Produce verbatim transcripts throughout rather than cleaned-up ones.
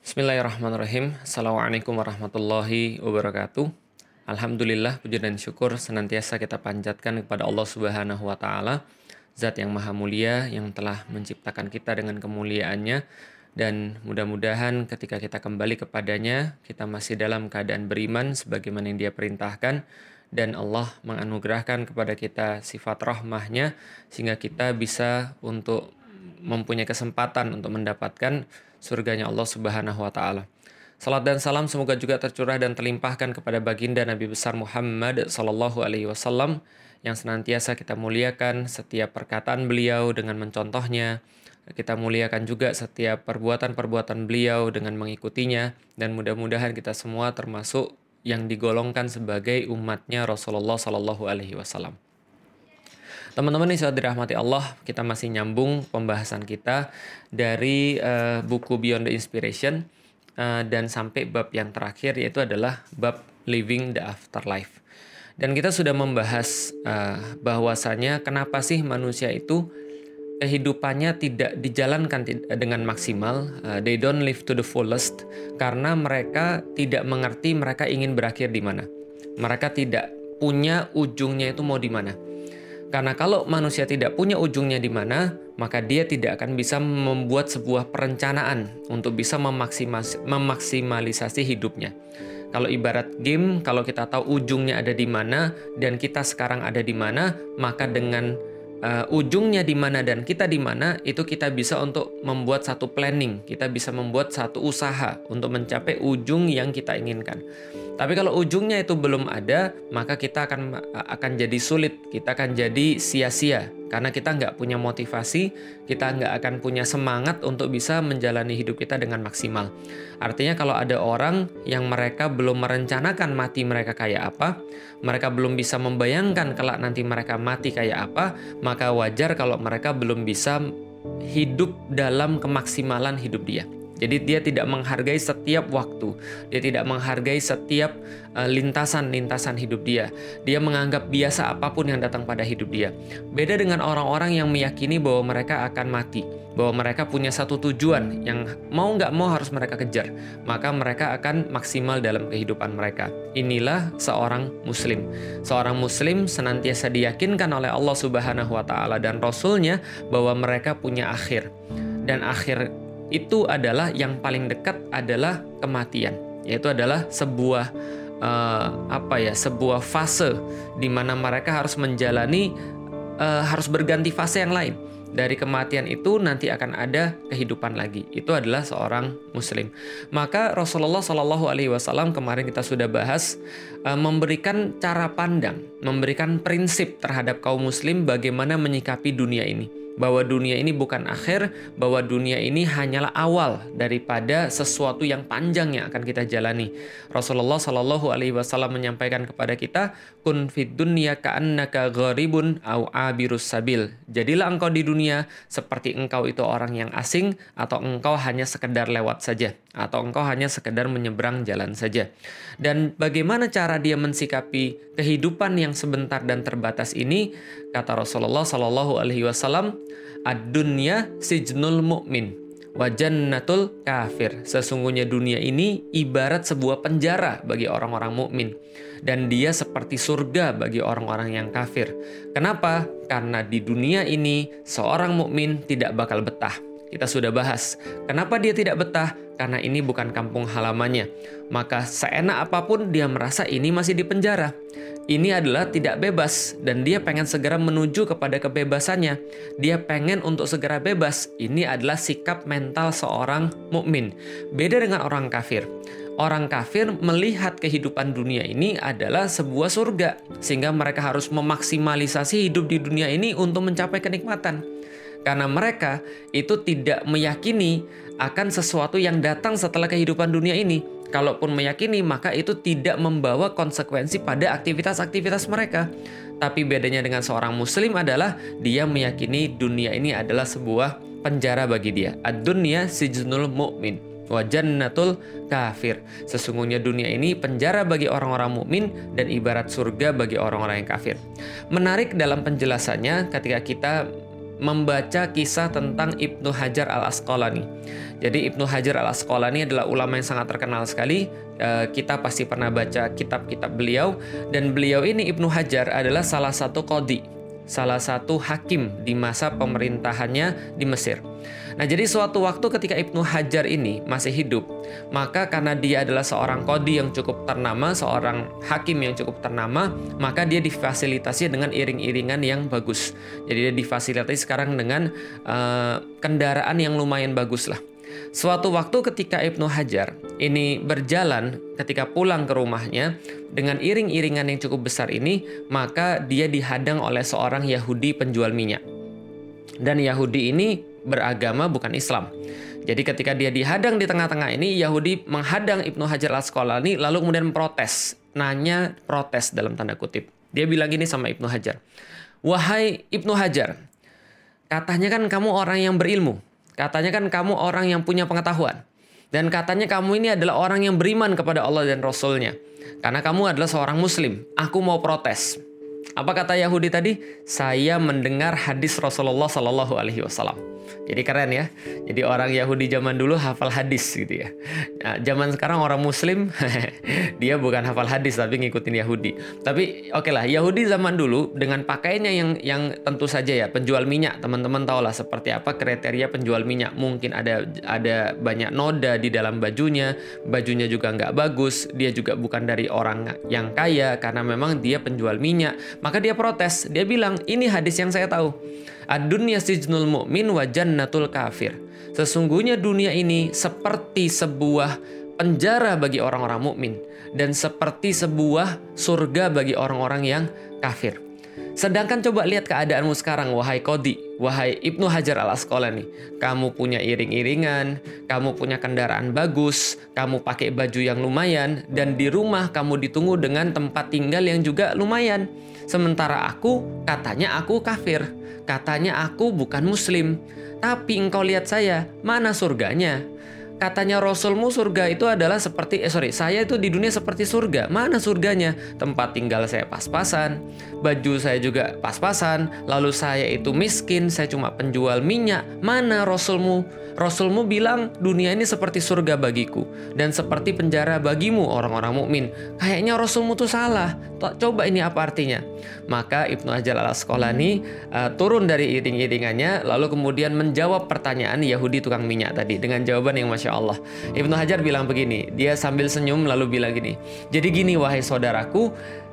Bismillahirrahmanirrahim. Assalamualaikum warahmatullahi wabarakatuh. Alhamdulillah, puji dan syukur senantiasa kita panjatkan kepada Allah Subhanahu wa Ta'ala, Zat yang Maha Mulia yang telah menciptakan kita dengan kemuliaannya, dan mudah-mudahan ketika kita kembali kepadanya, kita masih dalam keadaan beriman sebagaimana yang Dia perintahkan, dan Allah menganugerahkan kepada kita sifat rahmahnya sehingga kita bisa untuk mempunyai kesempatan untuk mendapatkan surganya Allah Subhanahu wa Ta'ala. Salat dan salam semoga juga tercurah dan terlimpahkan kepada baginda Nabi besar Muhammad sallallahu alaihi wasallam yang senantiasa kita muliakan setiap perkataan beliau dengan mencontohnya. Kita muliakan juga setiap perbuatan-perbuatan beliau dengan mengikutinya, dan mudah-mudahan kita semua termasuk yang digolongkan sebagai umatnya Rasulullah sallallahu alaihi wasallam. Teman-teman yang sudah dirahmati Allah, kita masih nyambung pembahasan kita dari uh, buku Beyond the Inspiration uh, dan sampai bab yang terakhir, yaitu adalah bab Living the Afterlife. Dan kita sudah membahas uh, bahwasanya kenapa sih manusia itu kehidupannya tidak dijalankan dengan maksimal, uh, they don't live to the fullest, karena mereka tidak mengerti mereka ingin berakhir di mana. Mereka tidak punya ujungnya itu mau di mana. Karena kalau manusia tidak punya ujungnya di mana, maka dia tidak akan bisa membuat sebuah perencanaan untuk bisa memaksimas- memaksimalisasi hidupnya. Kalau ibarat game, kalau kita tahu ujungnya ada di mana dan kita sekarang ada di mana, maka dengan uh, ujungnya di mana dan kita di mana, itu kita bisa untuk membuat satu planning, kita bisa membuat satu usaha untuk mencapai ujung yang kita inginkan. Tapi kalau ujungnya itu belum ada, maka kita akan akan jadi sulit, kita akan jadi sia-sia. Karena kita nggak punya motivasi, kita nggak akan punya semangat untuk bisa menjalani hidup kita dengan maksimal. Artinya kalau ada orang yang mereka belum merencanakan mati mereka kayak apa, mereka belum bisa membayangkan kelak nanti mereka mati kayak apa, maka wajar kalau mereka belum bisa hidup dalam kemaksimalan hidup dia. Jadi dia tidak menghargai setiap waktu, dia tidak menghargai setiap uh, lintasan-lintasan hidup dia. Dia menganggap biasa apapun yang datang pada hidup dia. Beda dengan orang-orang yang meyakini bahwa mereka akan mati, bahwa mereka punya satu tujuan yang mau nggak mau harus mereka kejar, maka mereka akan maksimal dalam kehidupan mereka. Inilah seorang muslim. Seorang muslim senantiasa diyakinkan oleh Allah Subhanahu wa Ta'ala dan Rasul-Nya bahwa mereka punya akhir. Dan akhir itu adalah yang paling dekat adalah kematian, yaitu adalah sebuah uh, apa ya sebuah fase di mana mereka harus menjalani uh, harus berganti fase yang lain. Dari kematian itu nanti akan ada kehidupan lagi. Itu adalah seorang muslim. Maka Rasulullah Shallallahu Alaihi Wasallam kemarin kita sudah bahas uh, memberikan cara pandang, memberikan prinsip terhadap kaum muslim bagaimana menyikapi dunia ini. Bahwa dunia ini bukan akhir, bahwa dunia ini hanyalah awal daripada sesuatu yang panjang yang akan kita jalani. Rasulullah Shallallahu Alaihi Wasallam menyampaikan kepada kita, kun fid dunya ka'annaka gharibun au abirus sabil. Jadilah engkau di dunia seperti engkau itu orang yang asing, atau engkau hanya sekedar lewat saja, atau engkau hanya sekedar menyeberang jalan saja. Dan bagaimana cara dia mensikapi kehidupan yang sebentar dan terbatas ini? Kata Rasulullah Shallallahu Alaihi Wasallam, ad-dunya sijnul mu'min wa jannatul kafir. Sesungguhnya dunia ini ibarat sebuah penjara bagi orang-orang mukmin, dan dia seperti surga bagi orang-orang yang kafir. Kenapa? Karena di dunia ini seorang mukmin tidak bakal betah. Kita sudah bahas. Kenapa dia tidak betah? Karena ini bukan kampung halamannya. Maka seenak apapun dia merasa ini masih di penjara. Ini adalah tidak bebas, dan dia pengen segera menuju kepada kebebasannya. Dia pengen untuk segera bebas. Ini adalah sikap mental seorang mukmin. Beda dengan orang kafir. Orang kafir melihat kehidupan dunia ini adalah sebuah surga, sehingga mereka harus memaksimalisasi hidup di dunia ini untuk mencapai kenikmatan. Karena mereka itu tidak meyakini akan sesuatu yang datang setelah kehidupan dunia ini. Kalaupun meyakini, maka itu tidak membawa konsekuensi pada aktivitas-aktivitas mereka. Tapi bedanya dengan seorang muslim adalah dia meyakini dunia ini adalah sebuah penjara bagi dia. Ad-dunya sijnul mu'min wa jannatul kafir. Sesungguhnya dunia ini penjara bagi orang-orang mukmin dan ibarat surga bagi orang-orang yang kafir. Menarik dalam penjelasannya ketika kita membaca kisah tentang Ibnu Hajar Al-Asqalani. Jadi Ibnu Hajar Al-Asqalani adalah ulama yang sangat terkenal sekali. E, kita pasti pernah baca kitab-kitab beliau. Dan beliau ini, Ibnu Hajar, adalah salah satu qadhi, salah satu hakim di masa pemerintahannya di Mesir. Nah, jadi suatu waktu ketika Ibnu Hajar ini masih hidup, maka karena dia adalah seorang qadhi yang cukup ternama, seorang hakim yang cukup ternama, maka dia difasilitasi dengan iring-iringan yang bagus. Jadi dia difasilitasi sekarang dengan uh, kendaraan yang lumayan bagus lah. Suatu waktu ketika Ibnu Hajar ini berjalan, ketika pulang ke rumahnya dengan iring-iringan yang cukup besar ini, maka dia dihadang oleh seorang Yahudi penjual minyak. Dan Yahudi ini beragama bukan Islam. Jadi ketika dia dihadang di tengah-tengah ini, Yahudi menghadang Ibnu Hajar Al-Asqalani lalu kemudian protes, nanya protes dalam tanda kutip. Dia bilang gini sama Ibnu Hajar, "Wahai Ibnu Hajar, katanya kan kamu orang yang berilmu. Katanya kan kamu orang yang punya pengetahuan. Dan katanya kamu ini adalah orang yang beriman kepada Allah dan Rasul-Nya. Karena kamu adalah seorang Muslim. Aku mau protes." Apa kata Yahudi tadi? "Saya mendengar hadis Rasulullah Sallallahu Alaihi Wasallam." Jadi keren ya. Jadi orang Yahudi zaman dulu hafal hadis gitu ya. Nah, zaman sekarang orang Muslim dia bukan hafal hadis tapi ngikutin Yahudi. Tapi oke okay lah, Yahudi zaman dulu dengan pakaiannya yang yang tentu saja ya penjual minyak. Teman-teman tahu lah seperti apa kriteria penjual minyak. Mungkin ada ada banyak noda di dalam bajunya, bajunya juga nggak bagus. Dia juga bukan dari orang yang kaya karena memang dia penjual minyak. Maka dia protes. Dia bilang, "Ini hadis yang saya tahu. Ad-dunya sijnul mu'min wa jannatul kafir." Sesungguhnya dunia ini seperti sebuah penjara bagi orang-orang mukmin dan seperti sebuah surga bagi orang-orang yang kafir. Sedangkan coba lihat keadaanmu sekarang, wahai qadhi, wahai Ibnu Hajar Al-Asqalani. Kamu punya iring-iringan, kamu punya kendaraan bagus, kamu pakai baju yang lumayan, dan di rumah kamu ditunggu dengan tempat tinggal yang juga lumayan. Sementara aku, katanya aku kafir, katanya aku bukan muslim. Tapi engkau lihat saya, mana surganya? Katanya Rasulmu surga itu adalah seperti, eh sorry, saya itu di dunia seperti surga. Mana surganya? Tempat tinggal saya pas-pasan, baju saya juga pas-pasan, lalu saya itu miskin, saya cuma penjual minyak. Mana Rasulmu? Rasulmu bilang dunia ini seperti surga bagiku dan seperti penjara bagimu orang-orang mukmin. Kayaknya Rasulmu tuh salah. Coba ini apa artinya? Maka Ibnu Hajar Al-Asqalani uh, turun dari iring-iringannya lalu kemudian menjawab pertanyaan Yahudi tukang minyak tadi dengan jawaban yang Masya Allah. Ibnu Hajar bilang begini, dia sambil senyum lalu bilang gini, "Jadi gini wahai saudaraku,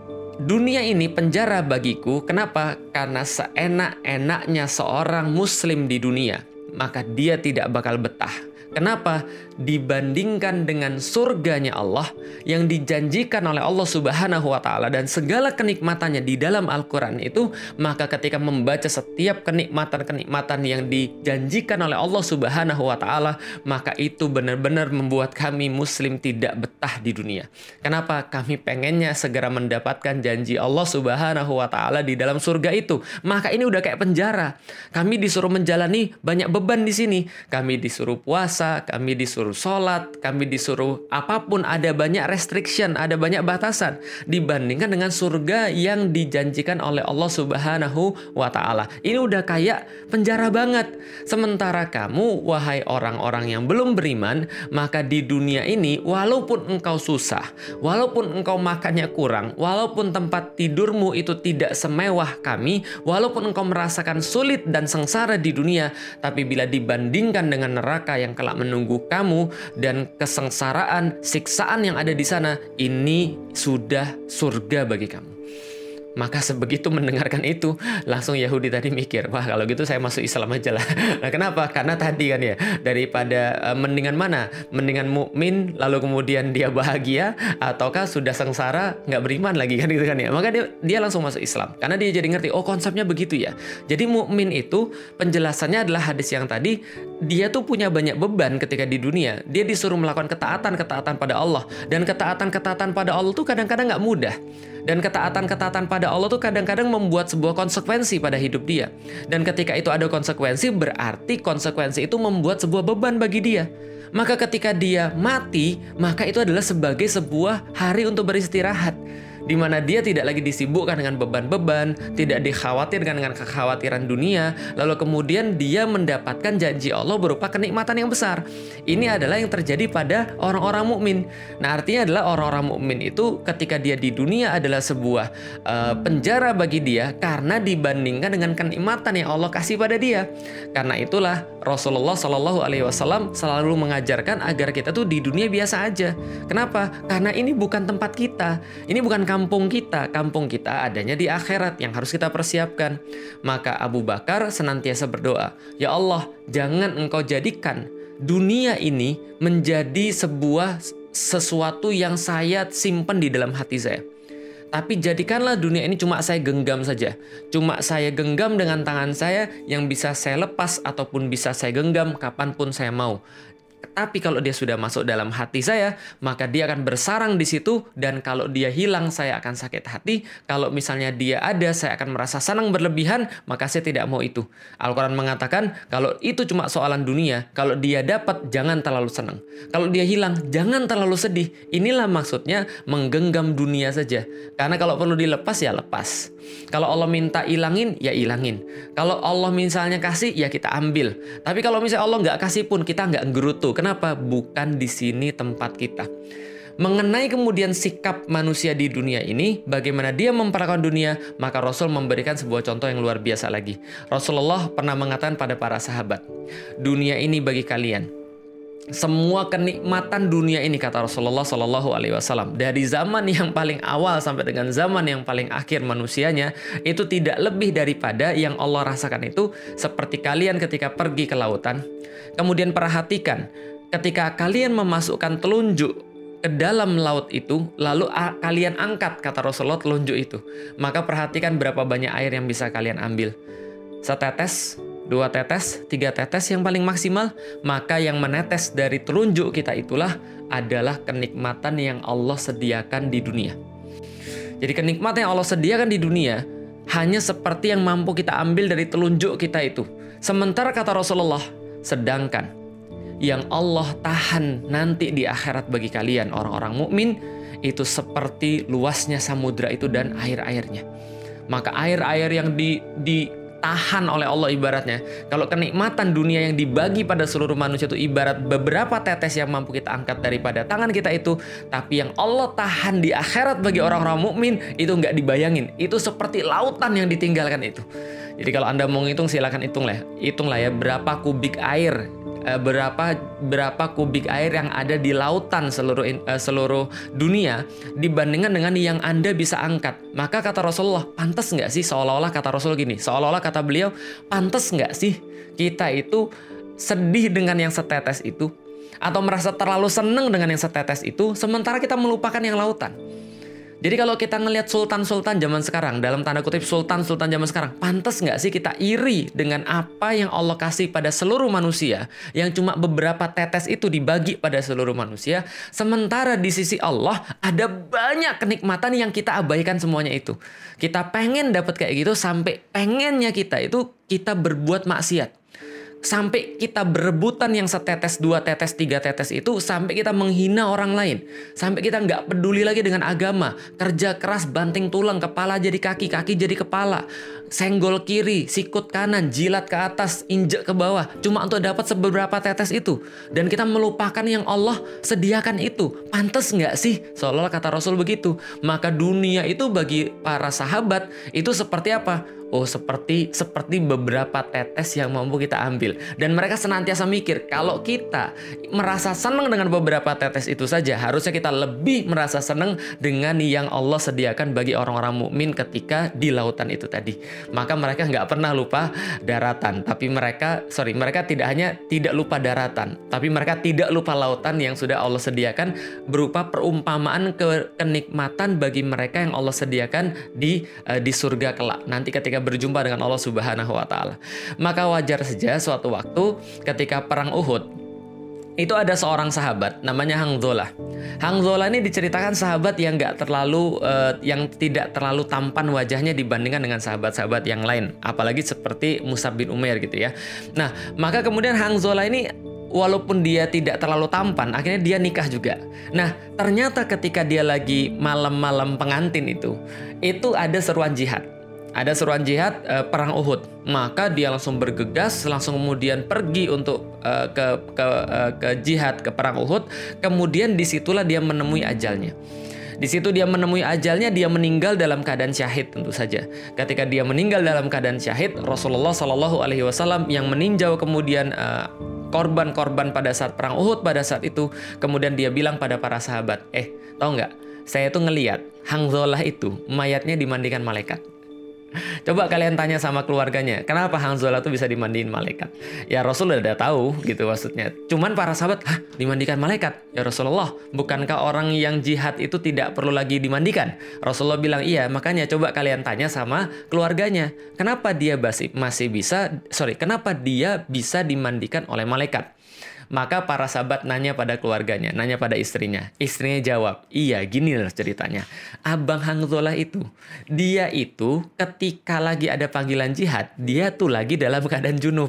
dunia ini penjara bagiku. Kenapa? Karena seenak-enaknya seorang muslim di dunia, maka dia tidak bakal betah. Kenapa? Dibandingkan dengan surganya Allah yang dijanjikan oleh Allah Subhanahu wa Ta'ala dan segala kenikmatannya di dalam Al-Quran itu, maka ketika membaca setiap kenikmatan-kenikmatan yang dijanjikan oleh Allah Subhanahu wa Ta'ala, maka itu benar-benar membuat kami muslim tidak betah di dunia. Kenapa? Kami pengennya segera mendapatkan janji Allah Subhanahu wa Ta'ala di dalam surga itu. Maka ini udah kayak penjara. Kami disuruh menjalani banyak beban di sini. Kami disuruh puasa, kami disuruh sholat, kami disuruh apapun, ada banyak restriction, ada banyak batasan dibandingkan dengan surga yang dijanjikan oleh Allah Subhanahu wa Ta'ala. Ini udah kayak penjara banget. Sementara kamu, wahai orang-orang yang belum beriman, maka di dunia ini walaupun engkau susah, walaupun engkau makannya kurang, walaupun tempat tidurmu itu tidak semewah kami, walaupun engkau merasakan sulit dan sengsara di dunia, tapi bila dibandingkan dengan neraka yang kelak menunggu kamu dan kesengsaraan, siksaan yang ada di sana, ini sudah surga bagi kamu. Maka sebegitu mendengarkan itu, langsung Yahudi tadi mikir, wah kalau gitu saya masuk Islam aja lah. Nah kenapa? Karena tadi kan ya, daripada uh, mendingan mana? Mendingan mukmin lalu kemudian dia bahagia, ataukah sudah sengsara nggak beriman lagi kan gitu kan ya. Maka dia dia langsung masuk Islam karena dia jadi ngerti, oh konsepnya begitu ya. Jadi mukmin itu penjelasannya adalah hadis yang tadi, dia tuh punya banyak beban ketika di dunia. Dia disuruh melakukan ketaatan-ketaatan pada Allah, dan ketaatan-ketaatan pada Allah tuh kadang-kadang nggak mudah. Dan ketaatan-ketaatan pada Allah tuh kadang-kadang membuat sebuah konsekuensi pada hidup dia. Dan ketika itu ada konsekuensi, berarti konsekuensi itu membuat sebuah beban bagi dia. Maka ketika dia mati, maka itu adalah sebagai sebuah hari untuk beristirahat. di mana dia tidak lagi disibukkan dengan beban-beban, tidak dikhawatirkan dengan kekhawatiran dunia, lalu kemudian dia mendapatkan janji Allah berupa kenikmatan yang besar. Ini adalah yang terjadi pada orang-orang mukmin. Nah, artinya adalah orang-orang mukmin itu ketika dia di dunia adalah sebuah uh, penjara bagi dia karena dibandingkan dengan kenikmatan yang Allah kasih pada dia. Karena itulah Rasulullah Shallallahu Alaihi Wasallam selalu mengajarkan agar kita tuh di dunia biasa aja. Kenapa? Karena ini bukan tempat kita, ini bukan kampung kita. Kampung kita adanya di akhirat yang harus kita persiapkan. Maka Abu Bakar senantiasa berdoa, ya Allah, jangan Engkau jadikan dunia ini menjadi sebuah sesuatu yang saya simpan di dalam hati saya. Tapi jadikanlah dunia ini cuma saya genggam saja. Cuma saya genggam dengan tangan saya yang bisa saya lepas ataupun bisa saya genggam kapanpun saya mau. Tapi kalau dia sudah masuk dalam hati saya, maka dia akan bersarang di situ. Dan kalau dia hilang, saya akan sakit hati. Kalau misalnya dia ada, saya akan merasa senang berlebihan. Maka saya tidak mau itu. Al-Quran mengatakan, kalau itu cuma soalan dunia, kalau dia dapat, jangan terlalu senang. Kalau dia hilang, jangan terlalu sedih. Inilah maksudnya menggenggam dunia saja. Karena kalau perlu dilepas, ya lepas. Kalau Allah minta ilangin, ya ilangin. Kalau Allah misalnya kasih, ya kita ambil. Tapi kalau misalnya Allah nggak kasih pun, kita nggak nggerutu. Kenapa? Bukan di sini tempat kita. Mengenai kemudian sikap manusia di dunia ini, bagaimana dia memperlakukan dunia, maka Rasul memberikan sebuah contoh yang luar biasa lagi. Rasulullah pernah mengatakan pada para sahabat, dunia ini bagi kalian. Semua kenikmatan dunia ini, kata Rasulullah Shallallahu Alaihi Wasallam, dari zaman yang paling awal sampai dengan zaman yang paling akhir manusianya, itu tidak lebih daripada yang Allah rasakan itu seperti kalian ketika pergi ke lautan. Kemudian perhatikan, ketika kalian memasukkan telunjuk ke dalam laut itu, lalu kalian angkat, kata Rasulullah, telunjuk itu, maka perhatikan berapa banyak air yang bisa kalian ambil. Setetes, dua tetes, tiga tetes yang paling maksimal. Maka yang menetes dari telunjuk kita itulah adalah kenikmatan yang Allah sediakan di dunia. Jadi kenikmatan yang Allah sediakan di dunia hanya seperti yang mampu kita ambil dari telunjuk kita itu. Sementara kata Rasulullah, sedangkan yang Allah tahan nanti di akhirat bagi kalian orang-orang mukmin itu seperti luasnya samudra itu dan air-airnya. Maka air-air yang di, di tahan oleh Allah ibaratnya. Kalau kenikmatan dunia yang dibagi pada seluruh manusia itu ibarat beberapa tetes yang mampu kita angkat daripada tangan kita itu. Tapi yang Allah tahan di akhirat bagi orang-orang mukmin itu nggak dibayangin. Itu seperti lautan yang ditinggalkan itu. Jadi kalau Anda mau ngitung silakan hitung lah. Hitunglah ya berapa kubik air. Berapa berapa kubik air yang ada di lautan seluruh uh, seluruh dunia dibandingkan dengan yang Anda bisa angkat. Maka kata Rasulullah, pantas nggak sih, seolah-olah kata Rasul gini, seolah-olah kata beliau, pantas nggak sih kita itu sedih dengan yang setetes itu, atau merasa terlalu senang dengan yang setetes itu, sementara kita melupakan yang lautan. Jadi kalau kita ngelihat sultan-sultan zaman sekarang, dalam tanda kutip sultan-sultan zaman sekarang, pantas nggak sih kita iri dengan apa yang Allah kasih pada seluruh manusia, yang cuma beberapa tetes itu dibagi pada seluruh manusia, sementara di sisi Allah ada banyak kenikmatan yang kita abaikan semuanya itu. Kita pengen dapat kayak gitu sampai pengennya kita itu kita berbuat maksiat. Sampai kita berebutan yang setetes, dua tetes, tiga tetes itu, sampai kita menghina orang lain. Sampai kita nggak peduli lagi dengan agama. Kerja keras, banting tulang, kepala jadi kaki, kaki jadi kepala. Senggol kiri, sikut kanan, jilat ke atas, injek ke bawah. Cuma untuk dapat seberapa tetes itu. Dan kita melupakan yang Allah sediakan itu. Pantas nggak sih? Seolah-olah kata Rasul begitu. Maka dunia itu bagi para sahabat itu seperti apa? Oh, seperti seperti beberapa tetes yang mampu kita ambil. Dan mereka senantiasa mikir, kalau kita merasa senang dengan beberapa tetes itu saja, harusnya kita lebih merasa senang dengan yang Allah sediakan bagi orang-orang mukmin ketika di lautan itu tadi. Maka mereka nggak pernah lupa daratan. Tapi mereka, sorry, mereka tidak hanya tidak lupa daratan, tapi mereka tidak lupa lautan yang sudah Allah sediakan berupa perumpamaan ke kenikmatan bagi mereka yang Allah sediakan di uh, di surga kelak. Nanti ketika berjumpa dengan Allah Subhanahu wa Ta'ala. Maka wajar saja suatu waktu ketika perang Uhud, itu ada seorang sahabat namanya Hanzalah. Hanzalah ini diceritakan sahabat yang nggak terlalu uh, yang tidak terlalu tampan wajahnya dibandingkan dengan sahabat-sahabat yang lain, apalagi seperti Mus'ab bin Umair gitu ya. Nah, maka kemudian Hanzalah ini walaupun dia tidak terlalu tampan, akhirnya dia nikah juga. Nah, ternyata ketika dia lagi malam-malam pengantin itu, itu ada seruan jihad. Ada seruan jihad uh, perang Uhud. Maka dia langsung bergegas, langsung kemudian pergi untuk uh, ke ke uh, ke jihad, ke perang Uhud. Kemudian disitulah dia menemui ajalnya. Di situ dia menemui ajalnya, dia meninggal dalam keadaan syahid tentu saja. Ketika dia meninggal dalam keadaan syahid, Rasulullah Shallallahu Alaihi Wasallam yang meninjau kemudian uh, korban-korban pada saat perang Uhud pada saat itu, kemudian dia bilang pada para sahabat, eh, tahu nggak? Saya tuh ngelihat Hanzalah itu mayatnya dimandikan malaikat. Coba kalian tanya sama keluarganya, kenapa Hanzalah tuh bisa dimandiin malaikat? Ya Rasul udah tahu gitu maksudnya. Cuman para sahabat, hah, dimandikan malaikat? Ya Rasulullah, bukankah orang yang jihad itu tidak perlu lagi dimandikan? Rasulullah bilang, iya, makanya coba kalian tanya sama keluarganya, kenapa dia masih masih bisa, sorry, kenapa dia bisa dimandikan oleh malaikat? Maka para sahabat nanya pada keluarganya, nanya pada istrinya. Istrinya jawab, iya gini loh ceritanya. Abang Hanzalah itu, dia itu ketika lagi ada panggilan jihad, dia tuh lagi dalam keadaan junub.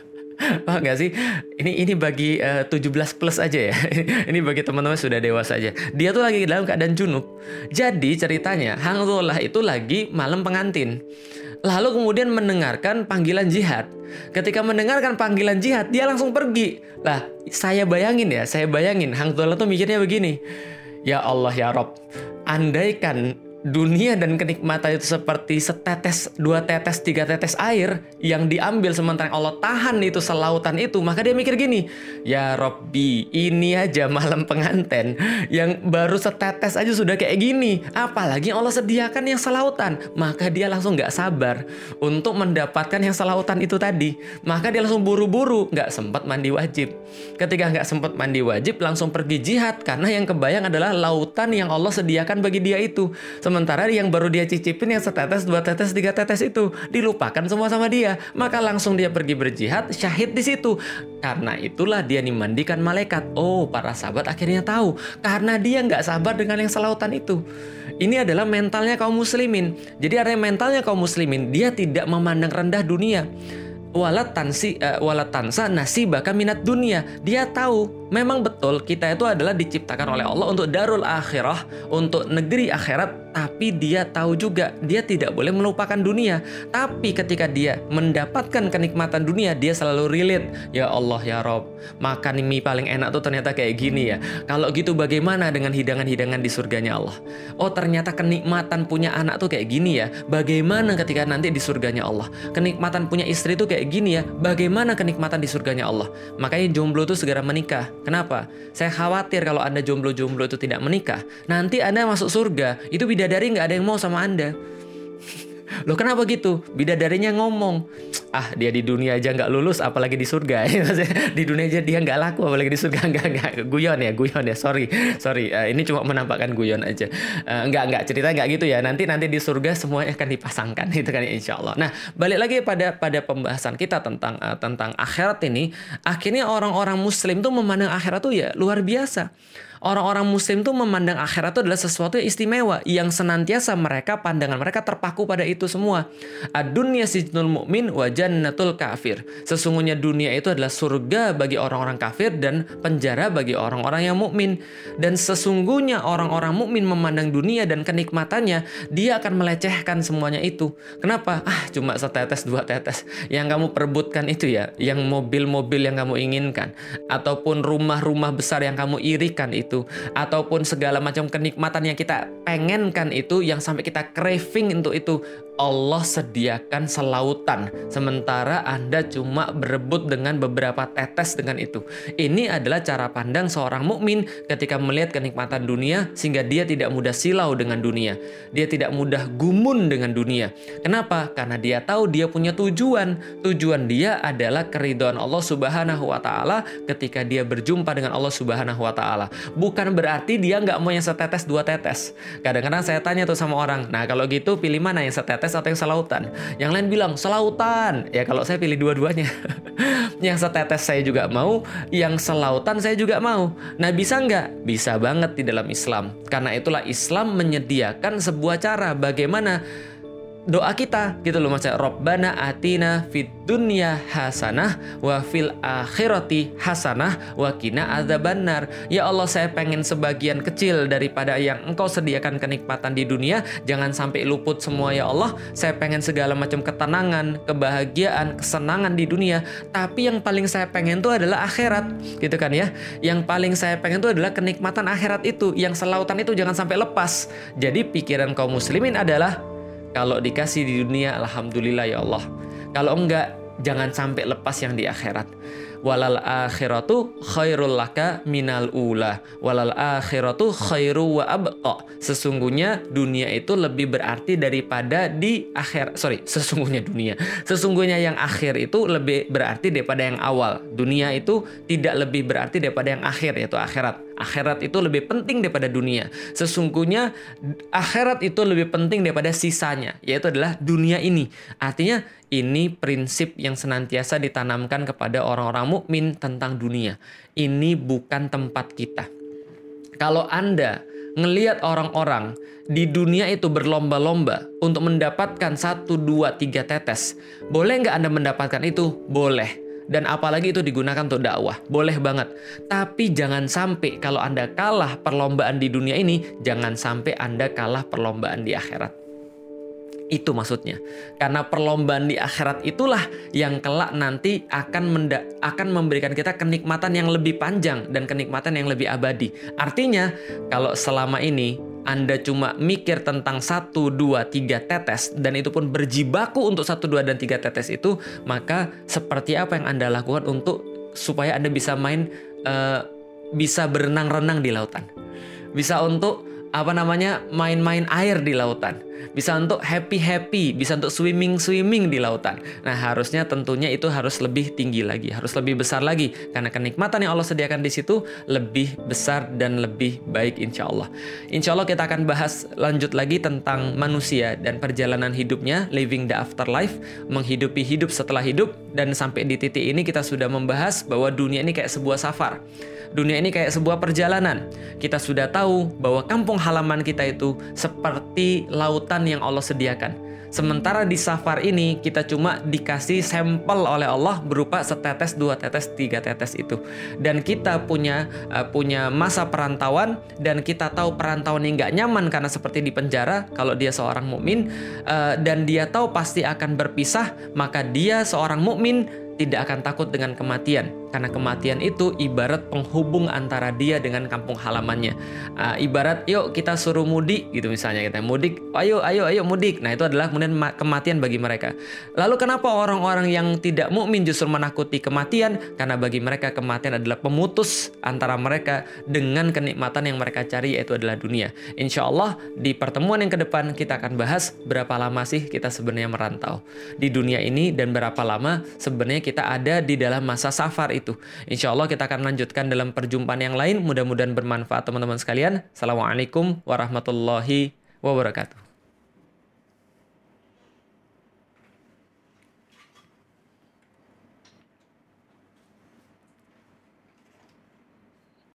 Paham gak sih? Ini ini bagi uh, tujuh belas plus aja ya. Ini bagi teman-teman sudah dewasa aja. Dia tuh lagi dalam keadaan junub. Jadi ceritanya, Hanzalah itu lagi malam pengantin. Lalu kemudian mendengarkan panggilan jihad. Ketika mendengarkan panggilan jihad, dia langsung pergi. Lah, saya bayangin ya, saya bayangin Hanzalah tuh mikirnya begini. Ya Allah ya Rob, andaikan dunia dan kenikmatan itu seperti setetes, dua tetes, tiga tetes air yang diambil sementara Allah tahan itu selautan itu, maka dia mikir gini, ya Robbi, ini aja malam pengantin yang baru setetes aja sudah kayak gini, apalagi Allah sediakan yang selautan. Maka dia langsung gak sabar untuk mendapatkan yang selautan itu tadi. Maka dia langsung buru-buru, gak sempat mandi wajib. Ketika gak sempat mandi wajib, langsung pergi jihad, karena yang kebayang adalah lautan yang Allah sediakan bagi dia itu. Sementara yang baru dia cicipin yang setetes, dua tetes, tiga tetes itu dilupakan semua sama dia. Maka langsung dia pergi berjihad, syahid di situ. Karena itulah dia dimandikan malaikat. Oh, para sahabat akhirnya tahu. Karena dia nggak sabar dengan yang selautan itu. Ini adalah mentalnya kaum muslimin. Jadi ada mentalnya kaum muslimin. Dia tidak memandang rendah dunia. Walat tansi uh, walat tansa nasibaka minat dunia. Dia tahu memang betul kita itu adalah diciptakan oleh Allah untuk darul akhirah, untuk negeri akhirat, tapi dia tahu juga dia tidak boleh melupakan dunia. Tapi ketika dia mendapatkan kenikmatan dunia, dia selalu relate, ya Allah ya Rob, makan mie paling enak tuh ternyata kayak gini ya. Kalau gitu bagaimana dengan hidangan-hidangan di surganya Allah? Oh, ternyata kenikmatan punya anak tuh kayak gini ya. Bagaimana ketika nanti di surganya Allah? Kenikmatan punya istri tuh kayak gini ya. Bagaimana kenikmatan di surganya Allah? Makanya jomblo tuh segera menikah. Kenapa? Saya khawatir kalau Anda jomblo-jomblo itu tidak menikah, nanti Anda masuk surga, itu bidadari nggak ada yang mau sama Anda. Loh kenapa gitu? Bidadarinya ngomong, ah dia di dunia aja nggak lulus, apalagi di surga. Di dunia aja dia nggak laku, apalagi di surga. Nggak, nggak, guyon ya, guyon ya, sorry, sorry. Uh, ini cuma menampakkan guyon aja. Uh, nggak, nggak, cerita nggak gitu ya. Nanti nanti di surga semuanya akan dipasangkan, itu kan insya Allah. Nah, balik lagi pada pada pembahasan kita tentang uh, tentang akhirat ini. Akhirnya orang-orang Muslim tuh memandang akhirat tuh ya luar biasa. Orang-orang muslim tuh memandang akhirat itu adalah sesuatu yang istimewa, yang senantiasa mereka, pandangan mereka terpaku pada itu semua. Ad-dunya sijnul mu'min wa jannatul kafir. Sesungguhnya dunia itu adalah surga bagi orang-orang kafir dan penjara bagi orang-orang yang mukmin. Dan sesungguhnya orang-orang mukmin memandang dunia dan kenikmatannya, dia akan melecehkan semuanya itu. Kenapa? Ah, cuma setetes dua tetes. Yang kamu perebutkan itu ya, yang mobil-mobil yang kamu inginkan, ataupun rumah-rumah besar yang kamu irikan itu, itu, ataupun segala macam kenikmatan yang kita pengenkan itu, yang sampai kita craving untuk itu, Allah sediakan selautan, sementara Anda cuma berebut dengan beberapa tetes dengan itu. Ini adalah cara pandang seorang mukmin ketika melihat kenikmatan dunia, sehingga dia tidak mudah silau dengan dunia, dia tidak mudah gumun dengan dunia. Kenapa? Karena dia tahu dia punya tujuan. Tujuan dia adalah keridhaan Allah Subhanahu wa Ta'ala ketika dia berjumpa dengan Allah Subhanahu wa Ta'ala. Bukan berarti dia nggak mau yang setetes dua tetes. Kadang-kadang saya tanya tuh sama orang, nah kalau gitu pilih mana, yang setetes atau yang selautan? Yang lain bilang selautan. Ya kalau saya pilih dua-duanya. Yang setetes saya juga mau, yang selautan saya juga mau. Nah bisa nggak? Bisa banget di dalam Islam. Karena itulah Islam menyediakan sebuah cara bagaimana doa kita gitu loh, maksudnya Rabbana atina fid dunya hasanah wa fil akhirati hasanah wa qina adzabannar. Ya Allah, saya pengen sebagian kecil daripada yang Engkau sediakan kenikmatan di dunia, jangan sampai luput semua ya Allah. Saya pengen segala macam ketenangan, kebahagiaan, kesenangan di dunia, tapi yang paling saya pengen itu adalah akhirat gitu kan ya. Yang paling saya pengen itu adalah kenikmatan akhirat itu, yang selautan itu jangan sampai lepas. Jadi pikiran kaum muslimin adalah kalau dikasih di dunia, alhamdulillah ya Allah. Kalau enggak, jangan sampai lepas yang di akhirat. Walal akhiratu khairul laka minal ula. Walal akhiratu khairu wa abqa. Sesungguhnya dunia itu lebih berarti daripada di akhir. Sorry, sesungguhnya dunia. Sesungguhnya yang akhir itu lebih berarti daripada yang awal. Dunia itu tidak lebih berarti daripada yang akhir, yaitu akhirat. Akhirat itu lebih penting daripada dunia. Sesungguhnya akhirat itu lebih penting daripada sisanya, yaitu adalah dunia ini. Artinya ini prinsip yang senantiasa ditanamkan kepada orang-orang mukmin tentang dunia. Ini bukan tempat kita. Kalau Anda ngelihat orang-orang di dunia itu berlomba-lomba untuk mendapatkan satu, dua, tiga tetes, boleh nggak Anda mendapatkan itu? Boleh. Dan apalagi itu digunakan untuk dakwah, boleh banget. Tapi jangan sampai kalau Anda kalah perlombaan di dunia ini, jangan sampai Anda kalah perlombaan di akhirat. Itu maksudnya. Karena perlombaan di akhirat itulah yang kelak nanti akan menda- akan memberikan kita kenikmatan yang lebih panjang dan kenikmatan yang lebih abadi. Artinya, kalau selama ini Anda cuma mikir tentang satu, dua, tiga tetes, dan itu pun berjibaku untuk satu, dua, dan tiga tetes itu, maka seperti apa yang Anda lakukan untuk supaya Anda bisa main, uh, bisa berenang-renang di lautan, bisa untuk apa namanya main-main air di lautan, bisa untuk happy-happy, bisa untuk swimming-swimming di lautan. Nah, harusnya tentunya itu harus lebih tinggi lagi, harus lebih besar lagi, karena kenikmatan yang Allah sediakan di situ lebih besar dan lebih baik insya Allah. Insya Allah kita akan bahas lanjut lagi tentang manusia dan perjalanan hidupnya, living the afterlife, menghidupi hidup setelah hidup. Dan sampai di titik ini kita sudah membahas bahwa dunia ini kayak sebuah safar. Dunia ini kayak sebuah perjalanan. Kita sudah tahu bahwa kampung halaman kita itu seperti lautan yang Allah sediakan. Sementara di safar ini kita cuma dikasih sampel oleh Allah berupa setetes, dua tetes, tiga tetes itu. Dan kita punya uh, punya masa perantauan, dan kita tahu perantauan ini nggak nyaman karena seperti di penjara kalau dia seorang mukmin, uh, dan dia tahu pasti akan berpisah, maka dia seorang mukmin tidak akan takut dengan kematian, karena kematian itu ibarat penghubung antara dia dengan kampung halamannya. Uh, ibarat yuk kita suruh mudik gitu, misalnya kita mudik, ayo ayo ayo mudik. Nah, itu adalah kemudian kematian bagi mereka. Lalu kenapa orang-orang yang tidak mukmin justru menakuti kematian? Karena bagi mereka kematian adalah pemutus antara mereka dengan kenikmatan yang mereka cari, yaitu adalah dunia. Insya Allah di pertemuan yang ke depan kita akan bahas berapa lama sih kita sebenarnya merantau di dunia ini, dan berapa lama sebenarnya kita ada di dalam masa safar itu. Insya Allah kita akan lanjutkan dalam perjumpaan yang lain. Mudah-mudahan bermanfaat teman-teman sekalian. Assalamualaikum warahmatullahi wabarakatuh.